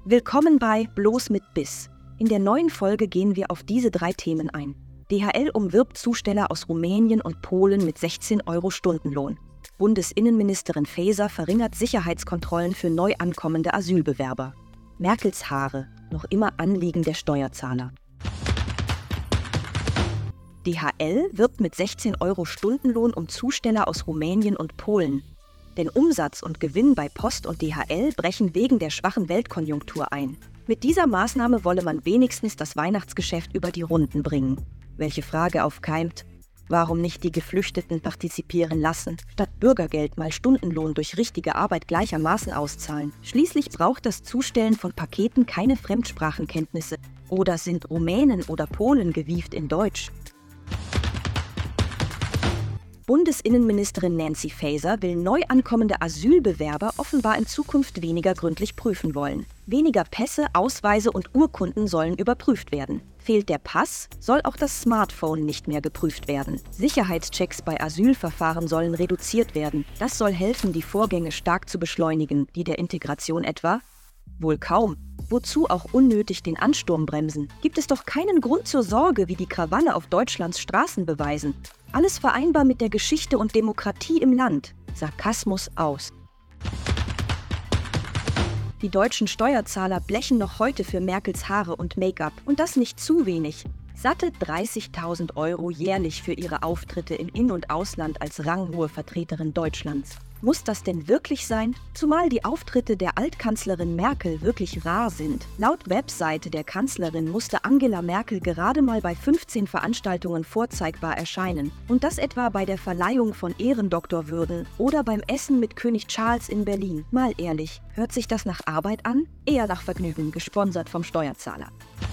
Willkommen bei Bloß mit Biss. In der neuen Folge gehen wir auf diese 3 Themen ein. DHL umwirbt Zusteller aus Rumänien und Polen mit 16 € Stundenlohn. Bundesinnenministerin Faeser verringert Sicherheitskontrollen für neu ankommende Asylbewerber. Merkels Haare, noch immer Anliegen der Steuerzahler. DHL wirbt mit 16 € Stundenlohn um Zusteller aus Rumänien und Polen. Denn Umsatz und Gewinn bei Post und DHL brechen wegen der schwachen Weltkonjunktur ein. Mit dieser Maßnahme wolle man wenigstens das Weihnachtsgeschäft über die Runden bringen. Welche Frage aufkeimt: Warum nicht die Geflüchteten partizipieren lassen, statt Bürgergeld mal Stundenlohn durch richtige Arbeit gleichermaßen auszahlen? Schließlich braucht das Zustellen von Paketen keine Fremdsprachenkenntnisse. Oder sind Rumänen oder Polen gewieft in Deutsch? Bundesinnenministerin Nancy Faeser will neu ankommende Asylbewerber offenbar in Zukunft weniger gründlich prüfen wollen. Weniger Pässe, Ausweise und Urkunden sollen überprüft werden. Fehlt der Pass, soll auch das Smartphone nicht mehr geprüft werden. Sicherheitschecks bei Asylverfahren sollen reduziert werden. Das soll helfen, die Vorgänge stark zu beschleunigen, die der Integration etwa? Wohl kaum. Wozu auch unnötig den Ansturm bremsen? Gibt es doch keinen Grund zur Sorge, wie die Krawalle auf Deutschlands Straßen beweisen. Alles vereinbar mit der Geschichte und Demokratie im Land. Sarkasmus aus. Die deutschen Steuerzahler blechen noch heute für Merkels Haare und Make-up. Und das nicht zu wenig. Satte 30.000 € jährlich für ihre Auftritte im In- und Ausland als ranghohe Vertreterin Deutschlands. Muss das denn wirklich sein? Zumal die Auftritte der Altkanzlerin Merkel wirklich rar sind. Laut Webseite der Kanzlerin musste Angela Merkel gerade mal bei 15 Veranstaltungen vorzeigbar erscheinen. Und das etwa bei der Verleihung von Ehrendoktorwürden oder beim Essen mit König Charles in Berlin. Mal ehrlich, hört sich das nach Arbeit an? Eher nach Vergnügen, gesponsert vom Steuerzahler.